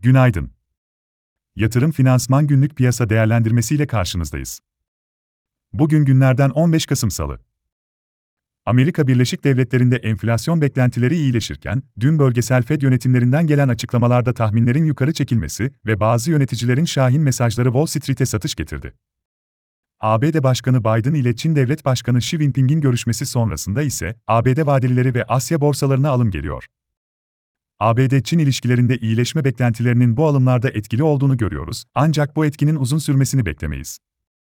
Günaydın. Yatırım Finansman Günlük Piyasa Değerlendirmesi ile karşınızdayız. Bugün günlerden 15 Kasım Salı. Amerika Birleşik Devletleri'nde enflasyon beklentileri iyileşirken, dün bölgesel Fed yönetimlerinden gelen açıklamalarda tahminlerin yukarı çekilmesi ve bazı yöneticilerin şahin mesajları Wall Street'e satış getirdi. ABD Başkanı Biden ile Çin Devlet Başkanı Xi Jinping'in görüşmesi sonrasında ise ABD vadelileri ve Asya borsalarına alım geliyor. ABD-Çin ilişkilerinde iyileşme beklentilerinin bu alımlarda etkili olduğunu görüyoruz, ancak bu etkinin uzun sürmesini beklemeyiz.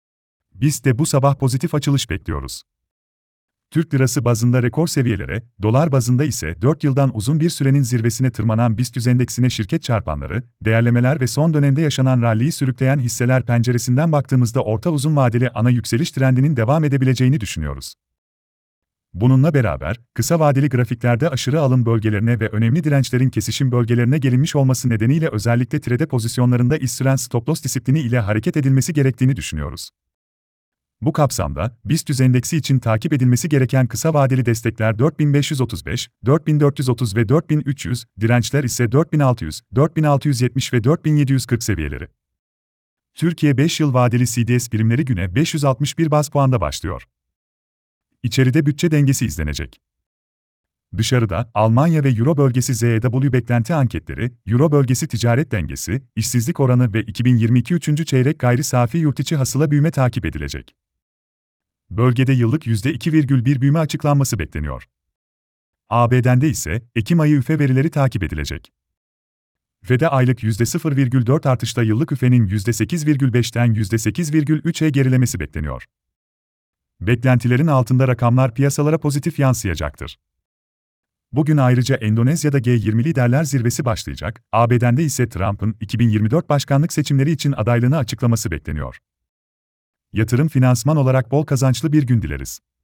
Biz de bu sabah pozitif açılış bekliyoruz. Türk lirası bazında rekor seviyelere, dolar bazında ise 4 yıldan uzun bir sürenin zirvesine tırmanan BIST endeksine şirket çarpanları, değerlemeler ve son dönemde yaşanan ralliyi sürükleyen hisseler penceresinden baktığımızda orta uzun vadeli ana yükseliş trendinin devam edebileceğini düşünüyoruz. Bununla beraber, kısa vadeli grafiklerde aşırı alım bölgelerine ve önemli dirençlerin kesişim bölgelerine gelinmiş olması nedeniyle özellikle trade pozisyonlarında iş süren stop-loss disiplini ile hareket edilmesi gerektiğini düşünüyoruz. Bu kapsamda, BIST endeksi için takip edilmesi gereken kısa vadeli destekler 4535, 4430 ve 4300, dirençler ise 4600, 4670 ve 4740 seviyeleri. Türkiye 5 yıl vadeli CDS primleri güne 561 baz puanda başlıyor. İçeride bütçe dengesi izlenecek. Dışarıda, Almanya ve Euro bölgesi ZEW beklenti anketleri, Euro bölgesi ticaret dengesi, işsizlik oranı ve 2022 3. çeyrek gayri safi yurtiçi hasıla büyüme takip edilecek. Bölgede yıllık %2,1 büyüme açıklanması bekleniyor. ABD'de ise, Ekim ayı üfe verileri takip edilecek. Fed'e aylık %0,4 artışla yıllık üfenin %8,5'ten %8,3'e gerilemesi bekleniyor. Beklentilerin altında rakamlar piyasalara pozitif yansıyacaktır. Bugün ayrıca Endonezya'da G20 liderler zirvesi başlayacak, ABD'de ise Trump'ın 2024 başkanlık seçimleri için adaylığını açıklaması bekleniyor. Yatırım finansman olarak bol kazançlı bir gün dileriz.